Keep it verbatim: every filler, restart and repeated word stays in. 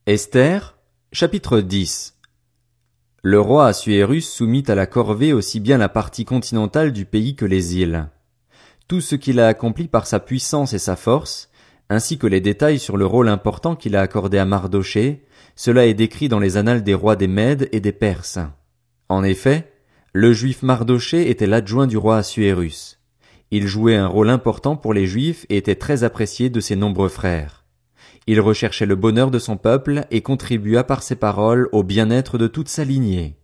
Esther, chapitre dix. Le roi Assuérus soumit à la corvée aussi bien la partie continentale du pays que les îles. Tout ce qu'il a accompli par sa puissance et sa force, ainsi que les détails sur le rôle important qu'il a accordé à Mardochée, cela est décrit dans les annales des rois des Mèdes et des Perses. En effet, le juif Mardochée était l'adjoint du roi Assuérus. Il jouait un rôle important pour les Juifs et était très apprécié de ses nombreux frères. Il recherchait le bonheur de son peuple et contribua par ses paroles au bien-être de toute sa lignée.